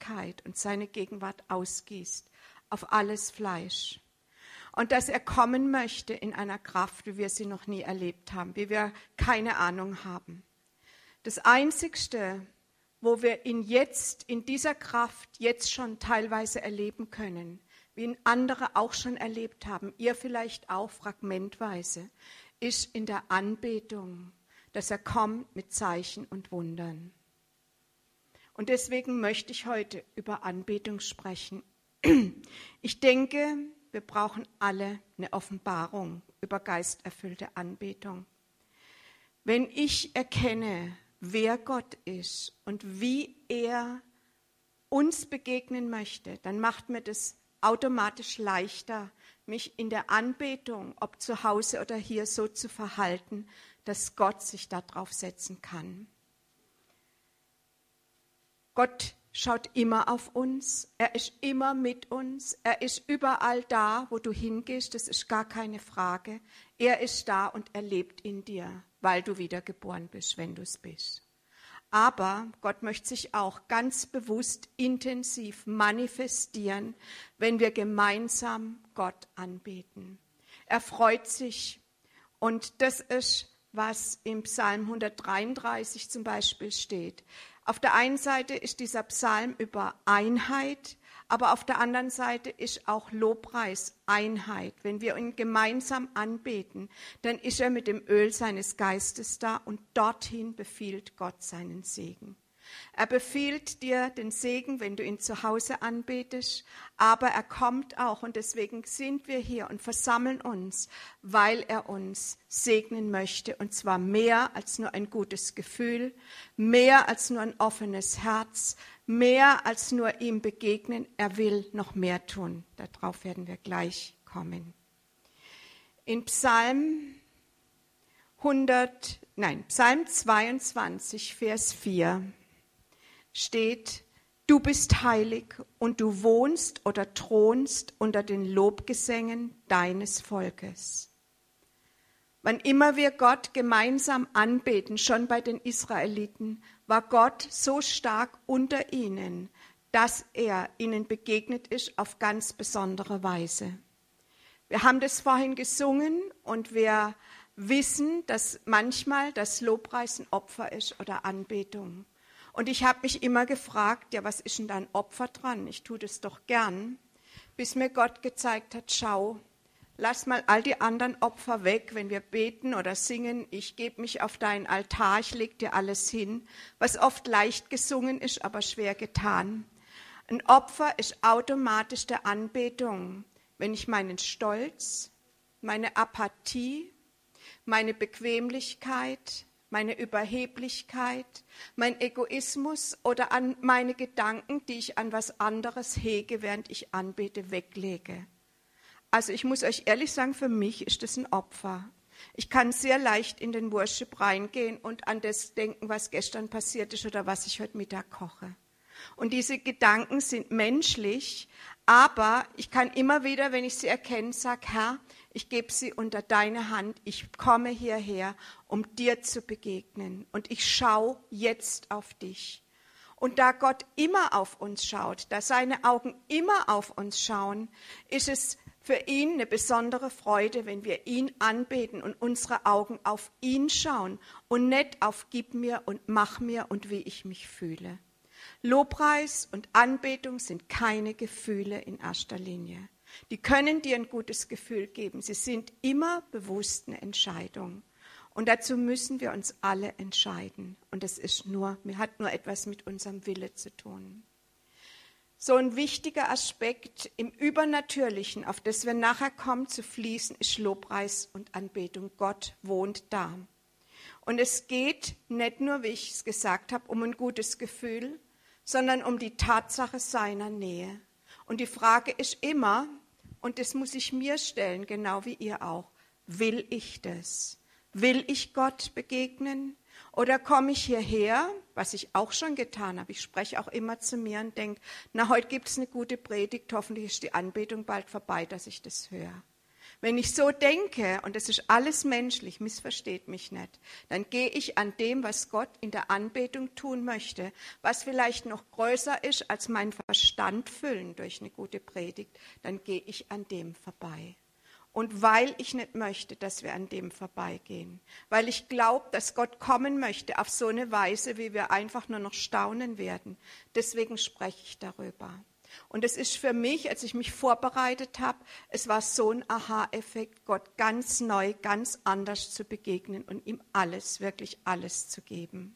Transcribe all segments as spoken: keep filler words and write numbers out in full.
Herrlichkeit und seine Gegenwart ausgießt auf alles Fleisch. Und dass er kommen möchte in einer Kraft, wie wir sie noch nie erlebt haben, wie wir keine Ahnung haben. Das Einzigste, wo wir ihn jetzt in dieser Kraft jetzt schon teilweise erleben können, wie ihn andere auch schon erlebt haben, ihr vielleicht auch fragmentweise, ist in der Anbetung, dass er kommt mit Zeichen und Wundern. Und deswegen möchte ich heute über Anbetung sprechen. Ich denke, wir brauchen alle eine Offenbarung über geisterfüllte Anbetung. Wenn ich erkenne, wer Gott ist und wie er uns begegnen möchte, dann macht mir das automatisch leichter, mich in der Anbetung, ob zu Hause oder hier, so zu verhalten, dass Gott sich darauf setzen kann. Gott schaut immer auf uns, er ist immer mit uns, er ist überall da, wo du hingehst, das ist gar keine Frage. Er ist da und er lebt in dir, weil du wiedergeboren bist, wenn du es bist. Aber Gott möchte sich auch ganz bewusst intensiv manifestieren, wenn wir gemeinsam Gott anbeten. Er freut sich und das ist, was im Psalm hundertdreiunddreißig zum Beispiel steht. Auf der einen Seite ist dieser Psalm über Einheit, aber auf der anderen Seite ist auch Lobpreis Einheit. Wenn wir ihn gemeinsam anbeten, dann ist er mit dem Öl seines Geistes da und dorthin befiehlt Gott seinen Segen. Er befiehlt dir den Segen, wenn du ihn zu Hause anbetest, aber er kommt auch und deswegen sind wir hier und versammeln uns, weil er uns segnen möchte und zwar mehr als nur ein gutes Gefühl, mehr als nur ein offenes Herz, mehr als nur ihm begegnen. Er will noch mehr tun. Darauf werden wir gleich kommen. In Psalm hundert, nein, Psalm zweiundzwanzig, Vers vier steht: Du bist heilig und du wohnst oder thronst unter den Lobgesängen deines Volkes. Wann immer wir Gott gemeinsam anbeten, schon bei den Israeliten, war Gott so stark unter ihnen, dass er ihnen begegnet ist auf ganz besondere Weise. Wir haben das vorhin gesungen und wir wissen, dass manchmal das Lobpreis ein Opfer ist oder Anbetung. Und ich habe mich immer gefragt, ja, was ist denn da ein Opfer dran? Ich tue das doch gern, bis mir Gott gezeigt hat, schau, lass mal all die anderen Opfer weg, wenn wir beten oder singen. Ich gebe mich auf deinen Altar, ich leg dir alles hin, was oft leicht gesungen ist, aber schwer getan. Ein Opfer ist automatisch der Anbetung, wenn ich meinen Stolz, meine Apathie, meine Bequemlichkeit, meine Überheblichkeit, mein Egoismus oder an meine Gedanken, die ich an was anderes hege, während ich anbete, weglege. Also ich muss euch ehrlich sagen, für mich ist das ein Opfer. Ich kann sehr leicht in den Worship reingehen und an das denken, was gestern passiert ist oder was ich heute Mittag koche. Und diese Gedanken sind menschlich, aber ich kann immer wieder, wenn ich sie erkenne, sagen, Herr, ich gebe sie unter deine Hand, ich komme hierher, um dir zu begegnen und ich schaue jetzt auf dich. Und da Gott immer auf uns schaut, da seine Augen immer auf uns schauen, ist es für ihn eine besondere Freude, wenn wir ihn anbeten und unsere Augen auf ihn schauen und nicht auf gib mir und mach mir und wie ich mich fühle. Lobpreis und Anbetung sind keine Gefühle in erster Linie. Die können dir ein gutes Gefühl geben. Sie sind immer bewusst eine Entscheidung. Und dazu müssen wir uns alle entscheiden. Und das ist nur, hat nur etwas mit unserem Wille zu tun. So ein wichtiger Aspekt im Übernatürlichen, auf das wir nachher kommen zu fließen, ist Lobpreis und Anbetung. Gott wohnt da. Und es geht nicht nur, wie ich es gesagt habe, um ein gutes Gefühl, sondern um die Tatsache seiner Nähe. Und die Frage ist immer, und das muss ich mir stellen, genau wie ihr auch, will ich das? Will ich Gott begegnen? Oder komme ich hierher, was ich auch schon getan habe, ich spreche auch immer zu mir und denke, na, heute gibt es eine gute Predigt, hoffentlich ist die Anbetung bald vorbei, dass ich das höre. Wenn ich so denke, und das ist alles menschlich, missversteht mich nicht, dann gehe ich an dem, was Gott in der Anbetung tun möchte, was vielleicht noch größer ist als mein Verstand füllen durch eine gute Predigt, dann gehe ich an dem vorbei. Und weil ich nicht möchte, dass wir an dem vorbeigehen, weil ich glaube, dass Gott kommen möchte auf so eine Weise, wie wir einfach nur noch staunen werden, deswegen spreche ich darüber. Und es ist für mich, als ich mich vorbereitet habe, es war so ein Aha-Effekt, Gott ganz neu, ganz anders zu begegnen und ihm alles, wirklich alles zu geben.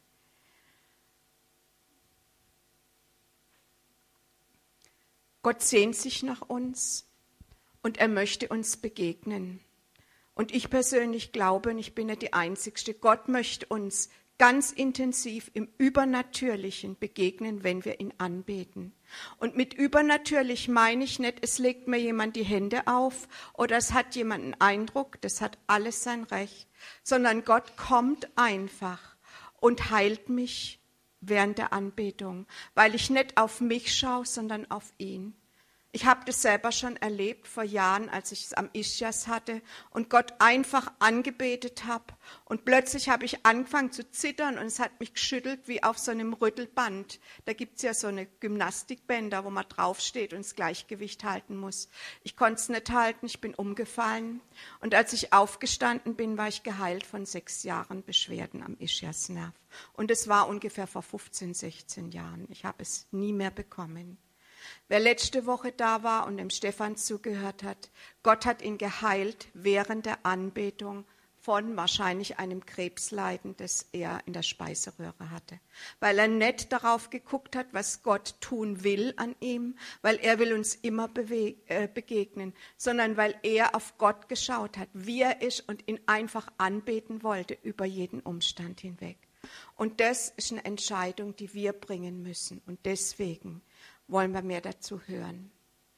Gott sehnt sich nach uns und er möchte uns begegnen. Und ich persönlich glaube, und ich bin nicht die Einzige, Gott möchte uns ganz intensiv im Übernatürlichen begegnen, wenn wir ihn anbeten. Und mit übernatürlich meine ich nicht, es legt mir jemand die Hände auf oder es hat jemand einen Eindruck, das hat alles sein Recht, sondern Gott kommt einfach und heilt mich während der Anbetung, weil ich nicht auf mich schaue, sondern auf ihn. Ich habe das selber schon erlebt vor Jahren, als ich es am Ischias hatte und Gott einfach angebetet habe. Und plötzlich habe ich angefangen zu zittern und es hat mich geschüttelt wie auf so einem Rüttelband. Da gibt es ja so eine Gymnastikbänder, wo man draufsteht und das Gleichgewicht halten muss. Ich konnte es nicht halten, ich bin umgefallen. Und als ich aufgestanden bin, war ich geheilt von sechs Jahren Beschwerden am Ischiasnerv. Und es war ungefähr vor fünfzehn, sechzehn Jahren. Ich habe es nie mehr bekommen. Wer letzte Woche da war und dem Stefan zugehört hat, Gott hat ihn geheilt während der Anbetung von wahrscheinlich einem Krebsleiden, das er in der Speiseröhre hatte. Weil er nicht darauf geguckt hat, was Gott tun will an ihm, weil er will uns immer bewe- äh, begegnen, sondern weil er auf Gott geschaut hat, wie er ist und ihn einfach anbeten wollte über jeden Umstand hinweg. Und das ist eine Entscheidung, die wir bringen müssen. Und deswegen wollen wir mehr dazu hören.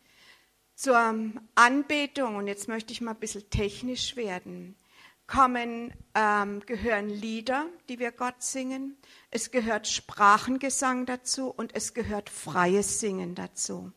Zur Anbetung, und jetzt möchte ich mal ein bisschen technisch werden, kommen, ähm, gehören Lieder, die wir Gott singen, es gehört Sprachengesang dazu und es gehört freies Singen dazu.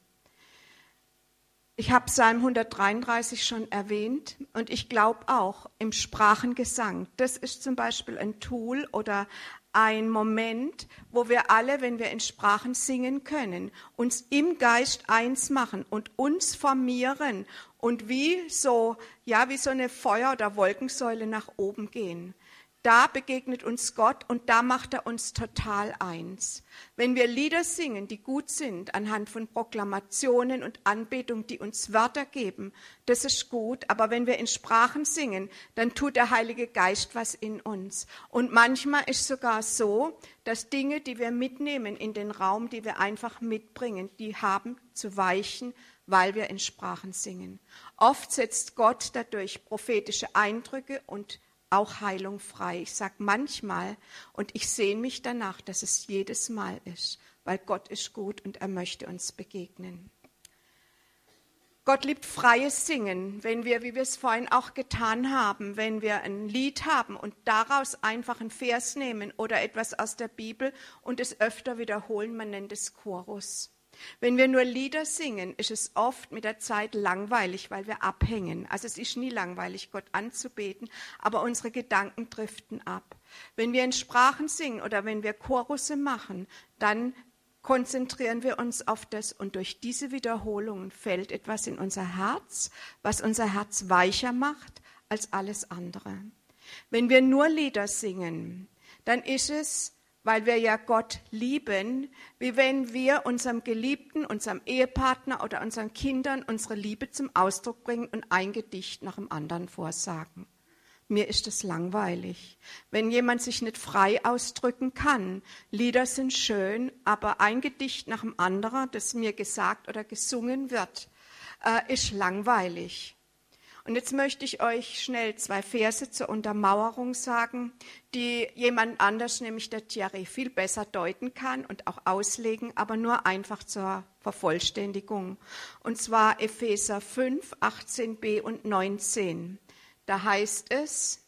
Ich habe Psalm hundertdreiunddreißig schon erwähnt und ich glaube auch im Sprachengesang, das ist zum Beispiel ein Tool oder ein Moment, wo wir alle, wenn wir in Sprachen singen können, uns im Geist eins machen und uns formieren und wie so, ja, wie so eine Feuer- oder Wolkensäule nach oben gehen. Da begegnet uns Gott und da macht er uns total eins. Wenn wir Lieder singen, die gut sind, anhand von Proklamationen und Anbetung, die uns Wörter geben, das ist gut. Aber wenn wir in Sprachen singen, dann tut der Heilige Geist was in uns. Und manchmal ist es sogar so, dass Dinge, die wir mitnehmen in den Raum, die wir einfach mitbringen, die haben zu weichen, weil wir in Sprachen singen. Oft setzt Gott dadurch prophetische Eindrücke und auch Heilung frei. Ich sage manchmal und ich sehne mich danach, dass es jedes Mal ist, weil Gott ist gut und er möchte uns begegnen. Gott liebt freies Singen, wenn wir, wie wir es vorhin auch getan haben, wenn wir ein Lied haben und daraus einfach einen Vers nehmen oder etwas aus der Bibel und es öfter wiederholen, man nennt es Chorus. Wenn wir nur Lieder singen, ist es oft mit der Zeit langweilig, weil wir abhängen. Also es ist nie langweilig, Gott anzubeten, aber unsere Gedanken driften ab. Wenn wir in Sprachen singen oder wenn wir Chorusse machen, dann konzentrieren wir uns auf das und durch diese Wiederholungen fällt etwas in unser Herz, was unser Herz weicher macht als alles andere. Wenn wir nur Lieder singen, dann ist es, weil wir ja Gott lieben, wie wenn wir unserem Geliebten, unserem Ehepartner oder unseren Kindern unsere Liebe zum Ausdruck bringen und ein Gedicht nach dem anderen vorsagen. Mir ist es langweilig, wenn jemand sich nicht frei ausdrücken kann. Lieder sind schön, aber ein Gedicht nach dem anderen, das mir gesagt oder gesungen wird, äh, ist langweilig. Und jetzt möchte ich euch schnell zwei Verse zur Untermauerung sagen, die jemand anders, nämlich der Thierry, viel besser deuten kann und auch auslegen, aber nur einfach zur Vervollständigung. Und zwar Epheser fünf, achtzehn b und neunzehn. Da heißt es,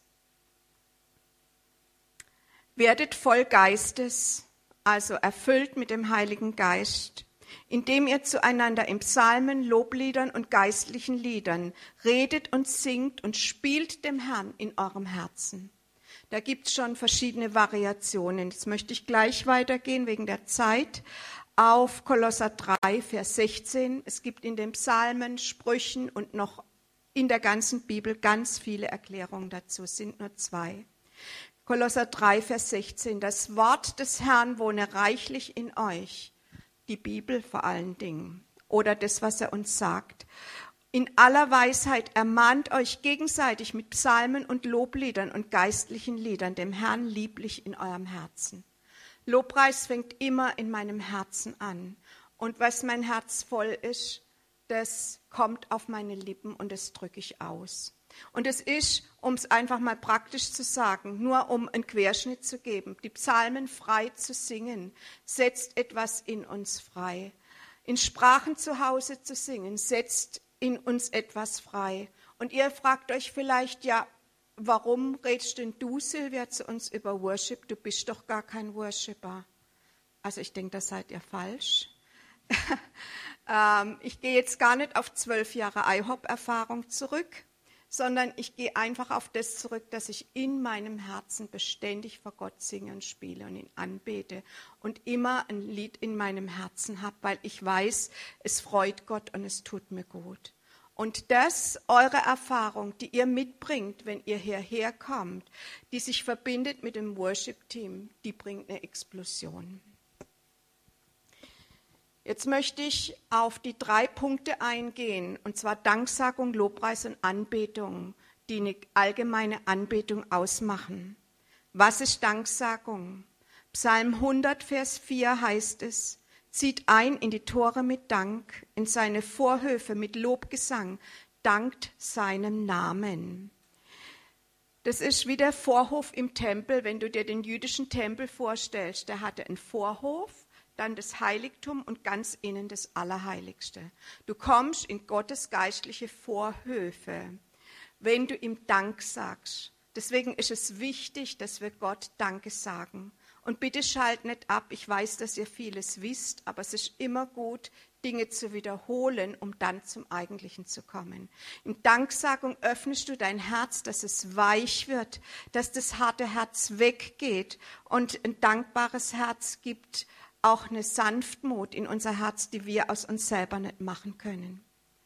werdet voll Geistes, also erfüllt mit dem Heiligen Geist. indem ihr zueinander in Psalmen, Lobliedern und geistlichen Liedern redet und singt und spielt dem Herrn in eurem Herzen. Da gibt es schon verschiedene Variationen. Jetzt möchte ich gleich weitergehen wegen der Zeit auf Kolosser drei, Vers sechzehn. Es gibt in den Psalmen, Sprüchen und noch in der ganzen Bibel ganz viele Erklärungen dazu. Es sind nur zwei. Kolosser drei, Vers sechzehn. Das Wort des Herrn wohne reichlich in euch. Die Bibel vor allen Dingen oder das, was er uns sagt. In aller Weisheit ermahnt euch gegenseitig mit Psalmen und Lobliedern und geistlichen Liedern dem Herrn lieblich in eurem Herzen. Lobpreis fängt immer in meinem Herzen an. Und was mein Herz voll ist, das kommt auf meine Lippen und das drücke ich aus. Und es ist, um es einfach mal praktisch zu sagen, nur um einen Querschnitt zu geben, die Psalmen frei zu singen, setzt etwas in uns frei. In Sprachen zu Hause zu singen, setzt in uns etwas frei. Und ihr fragt euch vielleicht, ja, warum redest denn du, Silvia, zu uns über Worship? Du bist doch gar kein Worshipper. Also ich denke, da seid ihr falsch. ähm, ich gehe jetzt gar nicht auf zwölf Jahre I HOP-Erfahrung zurück, sondern ich gehe einfach auf das zurück, dass ich in meinem Herzen beständig vor Gott singe und spiele und ihn anbete und immer ein Lied in meinem Herzen habe, weil ich weiß, es freut Gott und es tut mir gut. Und das, eure Erfahrung, die ihr mitbringt, wenn ihr hierher kommt, die sich verbindet mit dem Worship-Team, die bringt eine Explosion. Jetzt möchte ich auf die drei Punkte eingehen, und zwar Danksagung, Lobpreis und Anbetung, die eine allgemeine Anbetung ausmachen. Was ist Danksagung? Psalm hundert, Vers vier heißt es, zieht ein in die Tore mit Dank, in seine Vorhöfe mit Lobgesang, dankt seinem Namen. Das ist wie der Vorhof im Tempel, wenn du dir den jüdischen Tempel vorstellst. Der hatte einen Vorhof, dann das Heiligtum und ganz innen das Allerheiligste. Du kommst in Gottes geistliche Vorhöfe, wenn du ihm Dank sagst. Deswegen ist es wichtig, dass wir Gott Danke sagen. Und bitte schalt nicht ab, ich weiß, dass ihr vieles wisst, aber es ist immer gut, Dinge zu wiederholen, um dann zum Eigentlichen zu kommen. In Danksagung öffnest du dein Herz, dass es weich wird, dass das harte Herz weggeht und ein dankbares Herz gibt auch eine Sanftmut in unser Herz, die wir aus uns selber nicht machen können.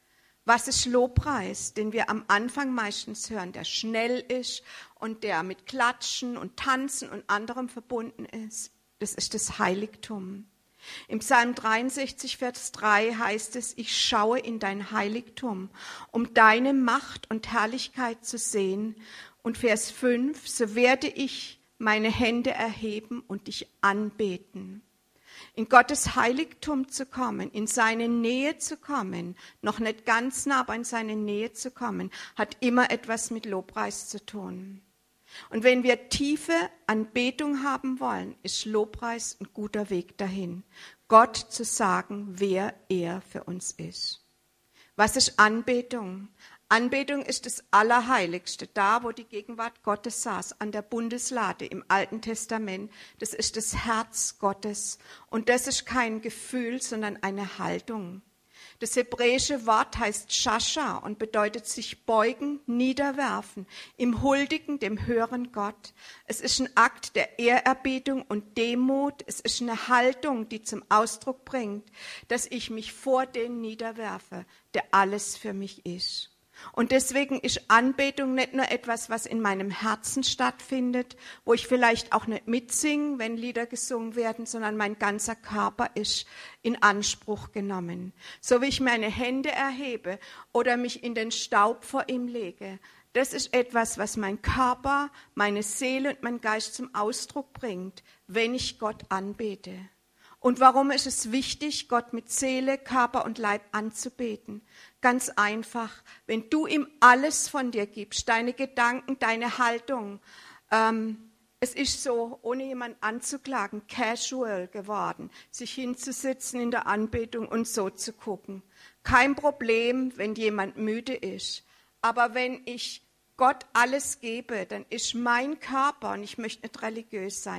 Was ist Lobpreis, den wir am Anfang meistens hören, der schnell ist und der mit Klatschen und Tanzen und anderem verbunden ist? Das ist das Heiligtum. Im Psalm dreiundsechzig, Vers drei heißt es, ich schaue in dein Heiligtum, um deine Macht und Herrlichkeit zu sehen. Und Vers fünf, so werde ich meine Hände erheben und dich anbeten. In Gottes Heiligtum zu kommen, in seine Nähe zu kommen, noch nicht ganz nah, aber in seine Nähe zu kommen, hat immer etwas mit Lobpreis zu tun. Und wenn wir tiefe Anbetung haben wollen, ist Lobpreis ein guter Weg dahin, Gott zu sagen, wer er für uns ist. Was ist Anbetung? Anbetung ist das Allerheiligste, da wo die Gegenwart Gottes saß, an der Bundeslade im Alten Testament. Das ist das Herz Gottes und das ist kein Gefühl, sondern eine Haltung. Das hebräische Wort heißt Shasha und bedeutet sich beugen, niederwerfen, im Huldigen dem höheren Gott. Es ist ein Akt der Ehrerbietung und Demut. Es ist eine Haltung, die zum Ausdruck bringt, dass ich mich vor den niederwerfe, der alles für mich ist. Und deswegen ist Anbetung nicht nur etwas, was in meinem Herzen stattfindet, wo ich vielleicht auch nicht mitsinge, wenn Lieder gesungen werden, sondern mein ganzer Körper ist in Anspruch genommen. So wie ich meine Hände erhebe oder mich in den Staub vor ihm lege. Das ist etwas, was mein Körper, meine Seele und mein Geist zum Ausdruck bringt, wenn ich Gott anbete. Und warum ist es wichtig, Gott mit Seele, Körper und Leib anzubeten? Ganz einfach, wenn du ihm alles von dir gibst, deine Gedanken, deine Haltung. Ähm, es ist so, ohne jemanden anzuklagen, casual geworden, sich hinzusitzen in der Anbetung und so zu gucken. Kein Problem, wenn jemand müde ist. Aber wenn ich Gott alles gebe, dann ist mein Körper, und ich möchte nicht religiös sein,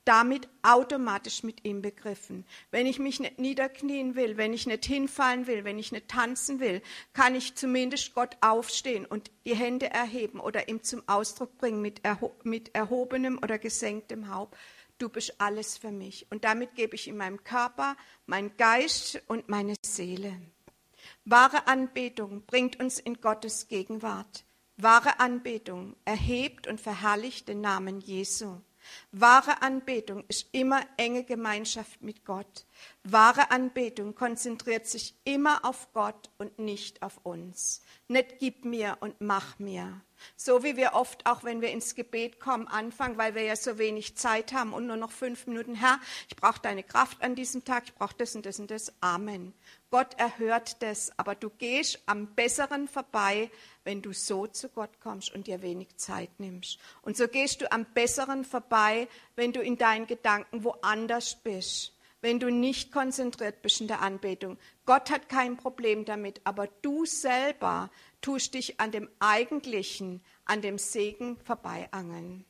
damit automatisch mit ihm begriffen. Wenn ich mich nicht niederknien will, wenn ich nicht hinfallen will, wenn ich nicht tanzen will, kann ich zumindest Gott aufstehen und die Hände erheben oder ihm zum Ausdruck bringen mit, erho- mit erhobenem oder gesenktem Haupt. Du bist alles für mich. Und damit gebe ich ihm meinem Körper, meinen Geist und meine Seele. Wahre Anbetung bringt uns in Gottes Gegenwart. Wahre Anbetung erhebt und verherrlicht den Namen Jesu. Wahre Anbetung ist immer enge Gemeinschaft mit Gott. Wahre Anbetung konzentriert sich immer auf Gott und nicht auf uns. Nicht gib mir und mach mir. So wie wir oft, auch wenn wir ins Gebet kommen, anfangen, weil wir ja so wenig Zeit haben und nur noch fünf Minuten. Herr, ich brauche deine Kraft an diesem Tag, ich brauche das und das und das. Amen. Gott erhört das, aber du gehst am Besseren vorbei, wenn du so zu Gott kommst und dir wenig Zeit nimmst. Und so gehst du am Besseren vorbei, wenn du in deinen Gedanken woanders bist, wenn du nicht konzentriert bist in der Anbetung. Gott hat kein Problem damit, aber du selber tust dich an dem Eigentlichen, an dem Segen vorbeiangeln.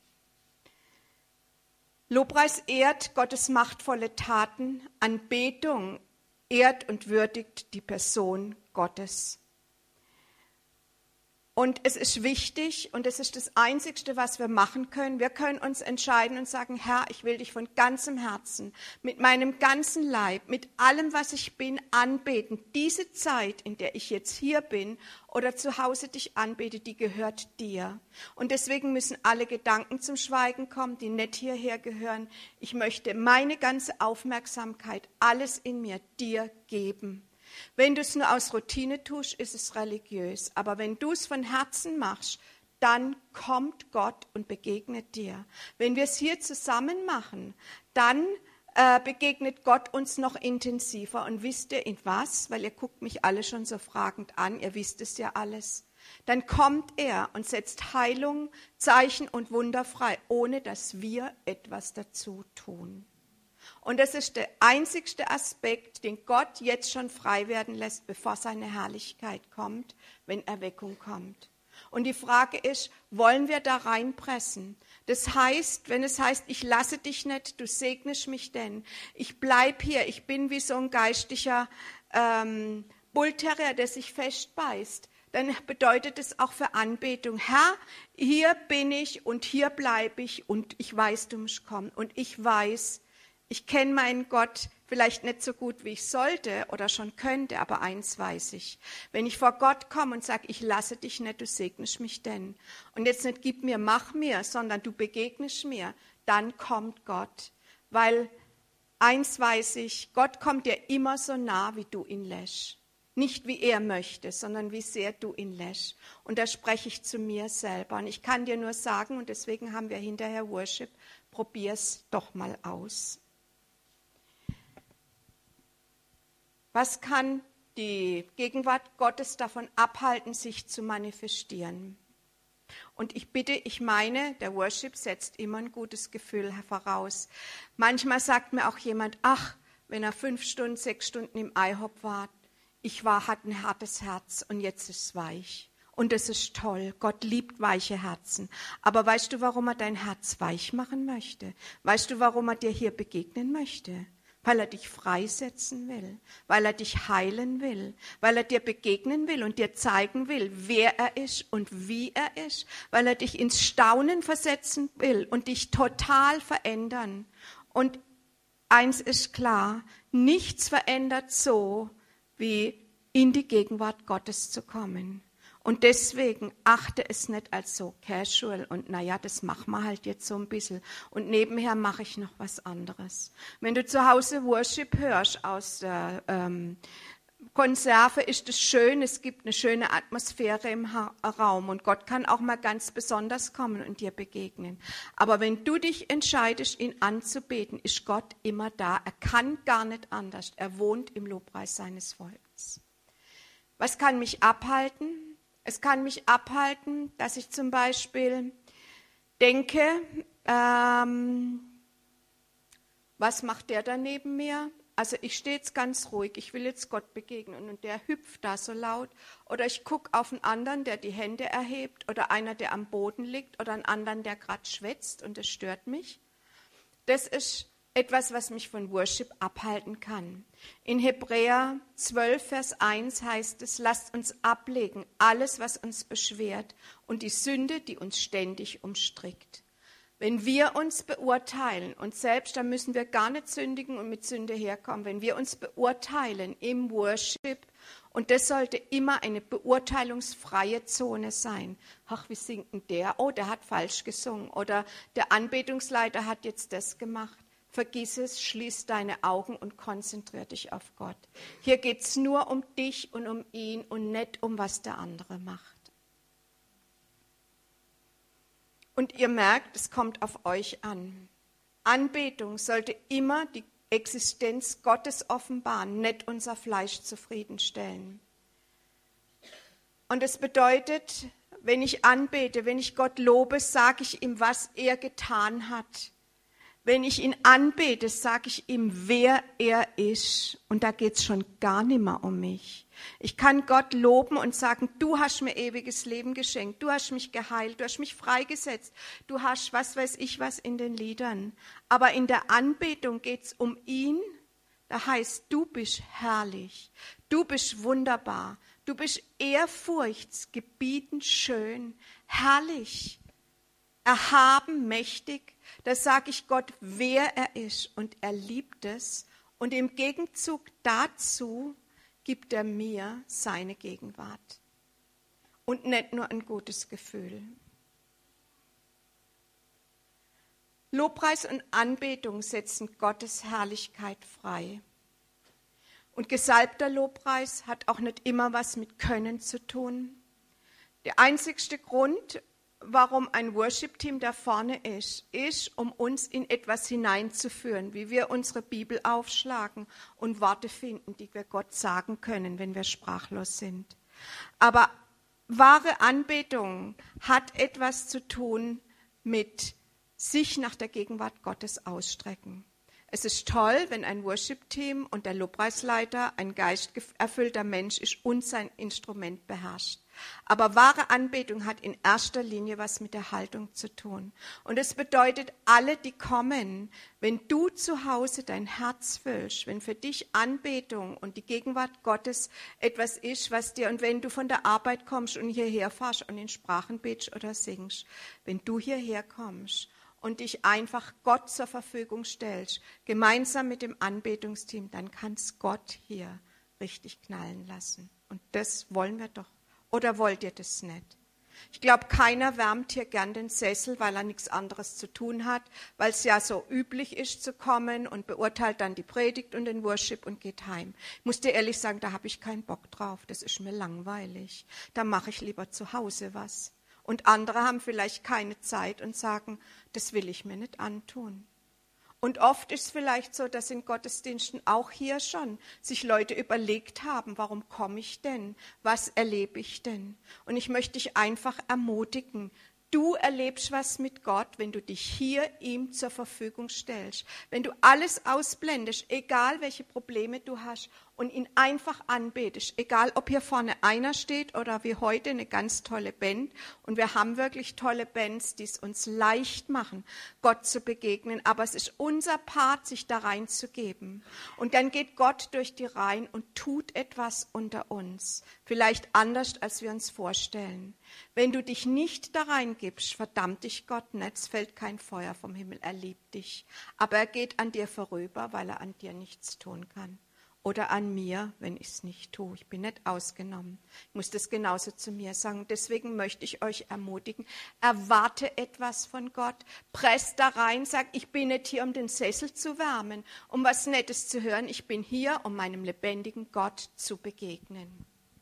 Lobpreis ehrt Gottes machtvolle Taten, Anbetung ehrt und würdigt die Person Gottes. Und es ist wichtig, und es ist das Einzigste, was wir machen können. Wir können uns entscheiden und sagen, Herr, ich will dich von ganzem Herzen, mit meinem ganzen Leib, mit allem, was ich bin, anbeten. Diese Zeit, in der ich jetzt hier bin oder zu Hause dich anbete, die gehört dir. Und deswegen müssen alle Gedanken zum Schweigen kommen, die nicht hierher gehören. Ich möchte meine ganze Aufmerksamkeit, alles in mir, dir geben. Wenn du es nur aus Routine tust, ist es religiös. Aber wenn du es von Herzen machst, dann kommt Gott und begegnet dir. Wenn wir es hier zusammen machen, dann äh, begegnet Gott uns noch intensiver. Und wisst ihr in was? Weil ihr guckt mich alle schon so fragend an, ihr wisst es ja alles. Dann kommt er und setzt Heilung, Zeichen und Wunder frei, ohne dass wir etwas dazu tun. Und das ist der einzigste Aspekt, den Gott jetzt schon frei werden lässt, bevor seine Herrlichkeit kommt, wenn Erweckung kommt. Und die Frage ist, wollen wir da reinpressen? Das heißt, wenn es heißt, ich lasse dich nicht, du segnest mich denn, ich bleib hier, ich bin wie so ein geistlicher ähm, Bullterrier, der sich festbeißt, dann bedeutet es auch für Anbetung, Herr, hier bin ich und hier bleibe ich und ich weiß, du musst kommen und ich weiß, ich kenne meinen Gott vielleicht nicht so gut, wie ich sollte oder schon könnte, aber eins weiß ich. Wenn ich vor Gott komme und sage, ich lasse dich nicht, du segnest mich denn. Und jetzt nicht gib mir, mach mir, sondern du begegnest mir, dann kommt Gott. Weil eins weiß ich, Gott kommt dir immer so nah, wie du ihn lässt. Nicht wie er möchte, sondern wie sehr du ihn lässt. Und da spreche ich zu mir selber. Und ich kann dir nur sagen, und deswegen haben wir hinterher Worship, probier's doch mal aus. Was kann die Gegenwart Gottes davon abhalten, sich zu manifestieren? Und ich bitte, ich meine, der Worship setzt immer ein gutes Gefühl voraus. Manchmal sagt mir auch jemand, ach, wenn er fünf Stunden, sechs Stunden im I hop war, ich war, hatte ein hartes Herz und jetzt ist es weich. Und das ist toll. Gott liebt weiche Herzen. Aber weißt du, warum er dein Herz weich machen möchte? Weißt du, warum er dir hier begegnen möchte? Weil er dich freisetzen will, weil er dich heilen will, weil er dir begegnen will und dir zeigen will, wer er ist und wie er ist, weil er dich ins Staunen versetzen will und dich total verändern. Und eins ist klar, nichts verändert so, wie in die Gegenwart Gottes zu kommen. Und deswegen achte es nicht als so casual und naja, das machen wir halt jetzt so ein bisschen. Und nebenher mache ich noch was anderes. Wenn du zu Hause Worship hörst aus der ähm, Konserve, ist es schön, es gibt eine schöne Atmosphäre im ha- Raum und Gott kann auch mal ganz besonders kommen und dir begegnen. Aber wenn du dich entscheidest, ihn anzubeten, ist Gott immer da. Er kann gar nicht anders. Er wohnt im Lobpreis seines Volkes. Was kann mich abhalten? Es kann mich abhalten, dass ich zum Beispiel denke, ähm, was macht der da neben mir? Also ich stehe jetzt ganz ruhig, ich will jetzt Gott begegnen und der hüpft da so laut. Oder ich gucke auf einen anderen, der die Hände erhebt oder einer, der am Boden liegt oder einen anderen, der gerade schwätzt und das stört mich. Das ist etwas, was mich von Worship abhalten kann. In Hebräer zwölf, Vers eins heißt es, lasst uns ablegen alles, was uns beschwert und die Sünde, die uns ständig umstrickt. Wenn wir uns beurteilen, und selbst da müssen wir gar nicht sündigen und mit Sünde herkommen, wenn wir uns beurteilen im Worship, und das sollte immer eine beurteilungsfreie Zone sein. Ach, wie singt denn der? Oh, der hat falsch gesungen. Oder der Anbetungsleiter hat jetzt das gemacht. Vergiss es, schließ deine Augen und konzentriere dich auf Gott. Hier geht es nur um dich und um ihn und nicht um, was der andere macht. Und ihr merkt, es kommt auf euch an. Anbetung sollte immer die Existenz Gottes offenbaren, nicht unser Fleisch zufriedenstellen. Und es bedeutet, wenn ich anbete, wenn ich Gott lobe, sage ich ihm, was er getan hat. Wenn ich ihn anbete, sage ich ihm, wer er ist. Und da geht es schon gar nicht mehr um mich. Ich kann Gott loben und sagen, du hast mir ewiges Leben geschenkt, du hast mich geheilt, du hast mich freigesetzt, du hast was weiß ich was in den Liedern. Aber in der Anbetung geht es um ihn. Da heißt, du bist herrlich, du bist wunderbar, du bist ehrfurchtsgebietend schön, herrlich, erhaben, mächtig. Da sage ich Gott, wer er ist, und er liebt es. Und im Gegenzug dazu gibt er mir seine Gegenwart. Und nicht nur ein gutes Gefühl. Lobpreis und Anbetung setzen Gottes Herrlichkeit frei. Und gesalbter Lobpreis hat auch nicht immer was mit Können zu tun. Der einzigste Grund, warum ein Worship-Team da vorne ist, ist, um uns in etwas hineinzuführen, wie wir unsere Bibel aufschlagen und Worte finden, die wir Gott sagen können, wenn wir sprachlos sind. Aber wahre Anbetung hat etwas zu tun mit sich nach der Gegenwart Gottes ausstrecken. Es ist toll, wenn ein Worship-Team und der Lobpreisleiter ein geisterfüllter Mensch ist und sein Instrument beherrscht. Aber wahre Anbetung hat in erster Linie was mit der Haltung zu tun. Und es bedeutet, alle, die kommen, wenn du zu Hause dein Herz füllst, wenn für dich Anbetung und die Gegenwart Gottes etwas ist, was dir, und wenn du von der Arbeit kommst und hierher fährst und in Sprachen betest oder singst, wenn du hierher kommst und dich einfach Gott zur Verfügung stellst, gemeinsam mit dem Anbetungsteam, dann kannst Gott hier richtig knallen lassen. Und das wollen wir doch. Oder wollt ihr das nicht? Ich glaube, keiner wärmt hier gern den Sessel, weil er nichts anderes zu tun hat, weil es ja so üblich ist zu kommen und beurteilt dann die Predigt und den Worship und geht heim. Ich muss dir ehrlich sagen, da habe ich keinen Bock drauf, das ist mir langweilig. Da mache ich lieber zu Hause was. Und andere haben vielleicht keine Zeit und sagen, das will ich mir nicht antun. Und oft ist es vielleicht so, dass in Gottesdiensten auch hier schon sich Leute überlegt haben, warum komme ich denn? Was erlebe ich denn? Und ich möchte dich einfach ermutigen, du erlebst was mit Gott, wenn du dich hier ihm zur Verfügung stellst. Wenn du alles ausblendest, egal welche Probleme du hast, und ihn einfach anbetest, egal ob hier vorne einer steht oder wie heute eine ganz tolle Band. Und wir haben wirklich tolle Bands, die es uns leicht machen, Gott zu begegnen. Aber es ist unser Part, sich da reinzugeben. Und dann geht Gott durch die Reihen und tut etwas unter uns. Vielleicht anders, als wir uns vorstellen. Wenn du dich nicht da reingibst, verdammt dich Gott nicht, es fällt kein Feuer vom Himmel, er liebt dich. Aber er geht an dir vorüber, weil er an dir nichts tun kann. Oder an mir, wenn ich es nicht tue. Ich bin nicht ausgenommen. Ich muss das genauso zu mir sagen. Deswegen möchte ich euch ermutigen, erwarte etwas von Gott. Presst da rein, sag, ich bin nicht hier, um den Sessel zu wärmen, um was Nettes zu hören. Ich bin hier, um meinem lebendigen Gott zu begegnen.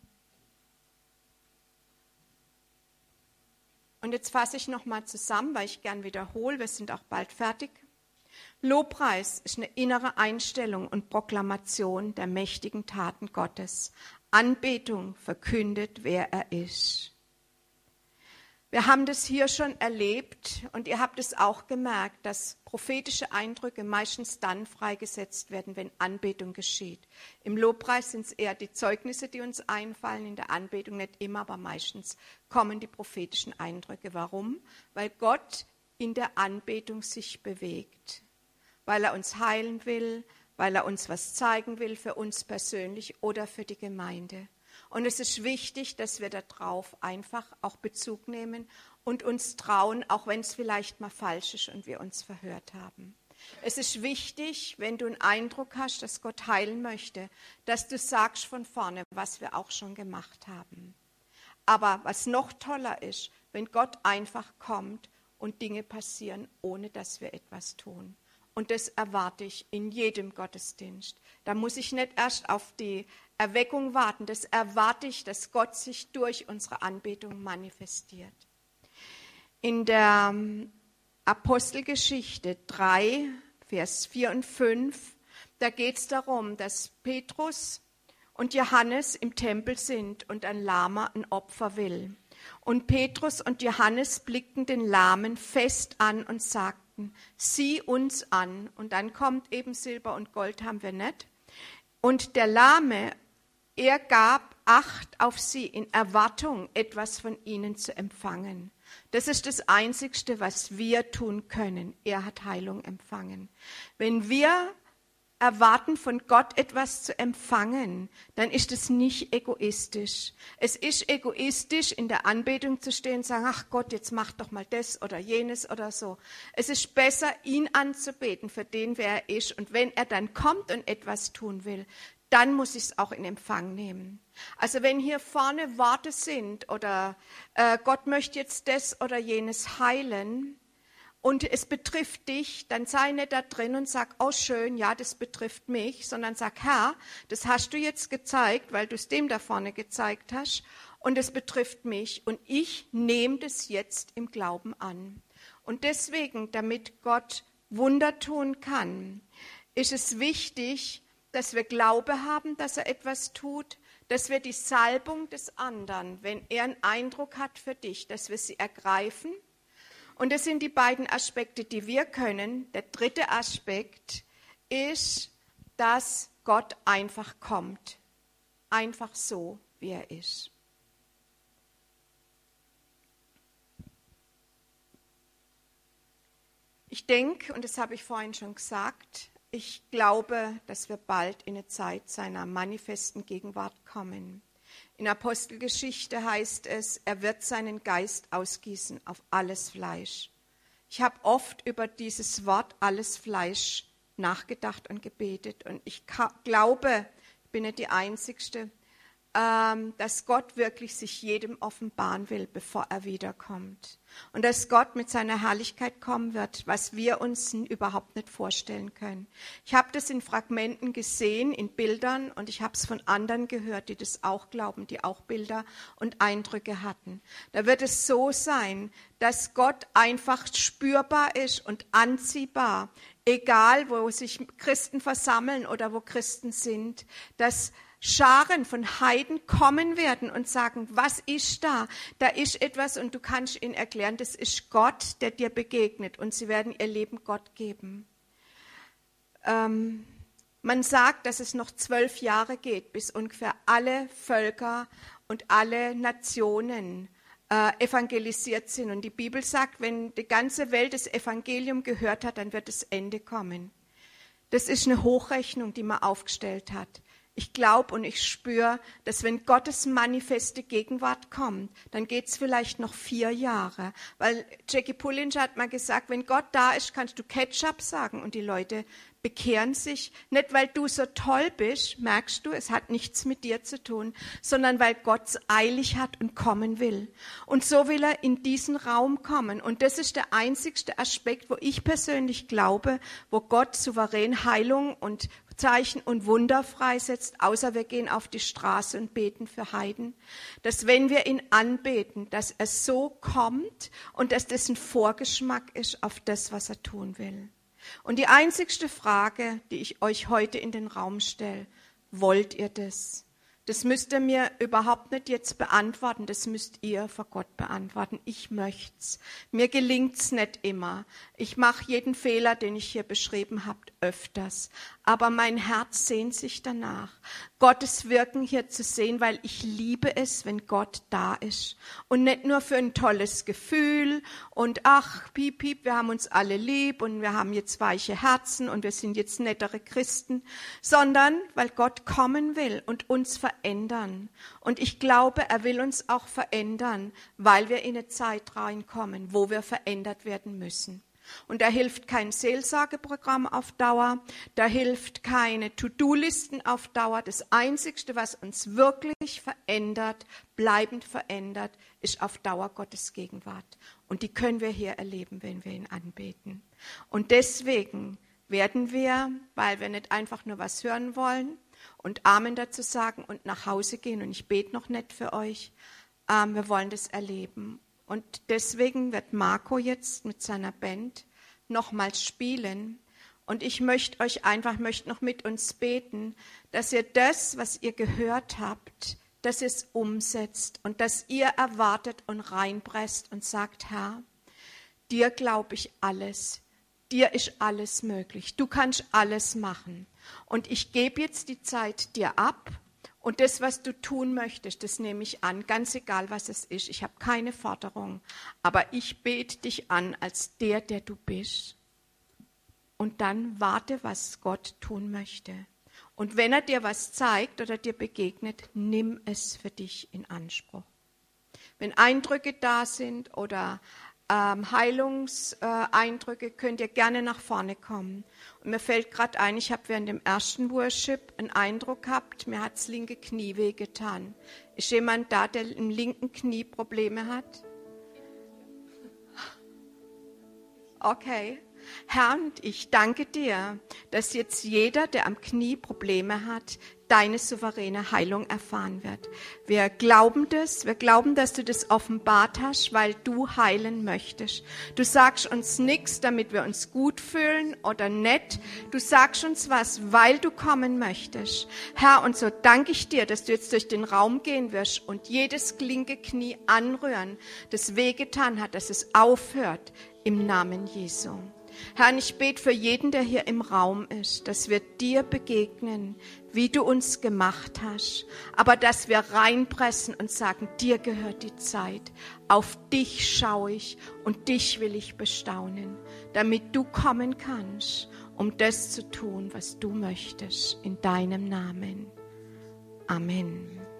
Und jetzt fasse ich nochmal zusammen, weil ich gern wiederhole. Wir sind auch bald fertig. Lobpreis ist eine innere Einstellung und Proklamation der mächtigen Taten Gottes. Anbetung verkündet, wer er ist. Wir haben das hier schon erlebt und ihr habt es auch gemerkt, dass prophetische Eindrücke meistens dann freigesetzt werden, wenn Anbetung geschieht. Im Lobpreis sind es eher die Zeugnisse, die uns einfallen, in der Anbetung nicht immer, aber meistens kommen die prophetischen Eindrücke. Warum? Weil Gott in der Anbetung sich bewegt. weil er uns heilen will, weil er uns was zeigen will, für uns persönlich oder für die Gemeinde. Und es ist wichtig, dass wir darauf einfach auch Bezug nehmen und uns trauen, auch wenn es vielleicht mal falsch ist und wir uns verhört haben. Es ist wichtig, wenn du einen Eindruck hast, dass Gott heilen möchte, dass du sagst von vorne, was wir auch schon gemacht haben. Aber was noch toller ist, wenn Gott einfach kommt und Dinge passieren, ohne dass wir etwas tun. Und das erwarte ich in jedem Gottesdienst. Da muss ich nicht erst auf die Erweckung warten. Das erwarte ich, dass Gott sich durch unsere Anbetung manifestiert. In der Apostelgeschichte drei, Vers vier und fünf, da geht es darum, dass Petrus und Johannes im Tempel sind und ein Lahmer ein Opfer will. Und Petrus und Johannes blickten den Lahmen fest an und sagten, sieh uns an. Und dann kommt eben Silber und Gold haben wir nicht. Und der Lahme, er gab Acht auf sie in Erwartung, etwas von ihnen zu empfangen. Das ist das Einzigste, was wir tun können. Er hat Heilung empfangen. Wenn wir erwarten, von Gott etwas zu empfangen, dann ist es nicht egoistisch. Es ist egoistisch, in der Anbetung zu stehen und sagen, ach Gott, jetzt mach doch mal das oder jenes oder so. Es ist besser, ihn anzubeten für den, wer er ist. Und wenn er dann kommt und etwas tun will, dann muss ich es auch in Empfang nehmen. Also wenn hier vorne Worte sind oder äh, Gott möchte jetzt das oder jenes heilen, und es betrifft dich, dann sei nicht da drin und sag, oh schön, ja, das betrifft mich, sondern sag, Herr, das hast du jetzt gezeigt, weil du es dem da vorne gezeigt hast und es betrifft mich und ich nehme das jetzt im Glauben an. Und deswegen, damit Gott Wunder tun kann, ist es wichtig, dass wir Glaube haben, dass er etwas tut, dass wir die Salbung des anderen, wenn er einen Eindruck hat für dich, dass wir sie ergreifen. Und das sind die beiden Aspekte, die wir können. Der dritte Aspekt ist, dass Gott einfach kommt. Einfach so, wie er ist. Ich denke, und das habe ich vorhin schon gesagt, ich glaube, dass wir bald in eine Zeit seiner manifesten Gegenwart kommen. In Apostelgeschichte heißt es, er wird seinen Geist ausgießen auf alles Fleisch. Ich habe oft über dieses Wort alles Fleisch nachgedacht und gebetet. Und ich glaube, ich bin nicht die Einzige, dass Gott wirklich sich jedem offenbaren will, bevor er wiederkommt. Und dass Gott mit seiner Herrlichkeit kommen wird, was wir uns überhaupt nicht vorstellen können. Ich habe das in Fragmenten gesehen, in Bildern, und ich habe es von anderen gehört, die das auch glauben, die auch Bilder und Eindrücke hatten. Da wird es so sein, dass Gott einfach spürbar ist und anziehbar, egal wo sich Christen versammeln oder wo Christen sind, dass Scharen von Heiden kommen werden und sagen, was ist da? Da ist etwas und du kannst ihnen erklären, das ist Gott, der dir begegnet und sie werden ihr Leben Gott geben. Ähm, man sagt, dass es noch zwölf Jahre geht, bis ungefähr alle Völker und alle Nationen äh, evangelisiert sind. Und die Bibel sagt, wenn die ganze Welt das Evangelium gehört hat, dann wird das Ende kommen. Das ist eine Hochrechnung, die man aufgestellt hat. Ich glaube und ich spüre, dass wenn Gottes manifeste Gegenwart kommt, dann geht es vielleicht noch vier Jahre. Weil Jackie Pullinger hat mal gesagt, wenn Gott da ist, kannst du Ketchup sagen und die Leute bekehren sich. Nicht, weil du so toll bist, merkst du, es hat nichts mit dir zu tun, sondern weil Gott es eilig hat und kommen will. Und so will er in diesen Raum kommen. Und das ist der einzigste Aspekt, wo ich persönlich glaube, wo Gott souverän Heilung und Zeichen und Wunder freisetzt, außer wir gehen auf die Straße und beten für Heiden, dass wenn wir ihn anbeten, dass er so kommt und dass das ein Vorgeschmack ist auf das, was er tun will. Und die einzigste Frage, die ich euch heute in den Raum stelle, wollt ihr das? Das müsst ihr mir überhaupt nicht jetzt beantworten, das müsst ihr vor Gott beantworten. Ich möcht's. Mir gelingt's nicht immer. Ich mache jeden Fehler, den ich hier beschrieben habe, öfters. Aber mein Herz sehnt sich danach. Gottes Wirken hier zu sehen, weil ich liebe es, wenn Gott da ist. Und nicht nur für ein tolles Gefühl und ach, piep, piep, wir haben uns alle lieb und wir haben jetzt weiche Herzen und wir sind jetzt nettere Christen, sondern weil Gott kommen will und uns verändern. Und ich glaube, er will uns auch verändern, weil wir in eine Zeit reinkommen, wo wir verändert werden müssen. Und da hilft kein Seelsorgeprogramm auf Dauer, da hilft keine To-Do-Listen auf Dauer. Das Einzige, was uns wirklich verändert, bleibend verändert, ist auf Dauer Gottes Gegenwart. Und die können wir hier erleben, wenn wir ihn anbeten. Und deswegen werden wir, weil wir nicht einfach nur was hören wollen und Amen dazu sagen und nach Hause gehen, und ich bete noch nicht für euch, ähm, wir wollen das erleben. Und deswegen wird Marco jetzt mit seiner Band nochmals spielen. Und ich möchte euch einfach, möchte noch mit uns beten, dass ihr das, was ihr gehört habt, dass ihr es umsetzt und dass ihr erwartet und reinpresst und sagt, Herr, dir glaube ich alles. Dir ist alles möglich. Du kannst alles machen. Und ich gebe jetzt die Zeit dir ab. Und das, was du tun möchtest, das nehme ich an, ganz egal, was es ist. Ich habe keine Forderung, aber ich bete dich an als der, der du bist. Und dann warte, was Gott tun möchte. Und wenn er dir was zeigt oder dir begegnet, nimm es für dich in Anspruch. Wenn Eindrücke da sind oder ähm, Heilungseindrücke, könnt ihr gerne nach vorne kommen. Und mir fällt gerade ein, ich habe während dem ersten Worship einen Eindruck gehabt, mir hat das linke Knie wehgetan. Ist jemand da, der im linken Knie Probleme hat? Okay. Herr, und ich danke dir, dass jetzt jeder, der am Knie Probleme hat, deine souveräne Heilung erfahren wird. Wir glauben das, wir glauben, dass du das offenbart hast, weil du heilen möchtest. Du sagst uns nichts, damit wir uns gut fühlen oder nett. Du sagst uns was, weil du kommen möchtest. Herr, und so danke ich dir, dass du jetzt durch den Raum gehen wirst und jedes linke Knie anrühren, das wehgetan hat, dass es aufhört, im Namen Jesu. Herr, ich bete für jeden, der hier im Raum ist, dass wir dir begegnen, wie du uns gemacht hast, aber dass wir reinpressen und sagen, dir gehört die Zeit, auf dich schaue ich und dich will ich bestaunen, damit du kommen kannst, um das zu tun, was du möchtest, in deinem Namen. Amen.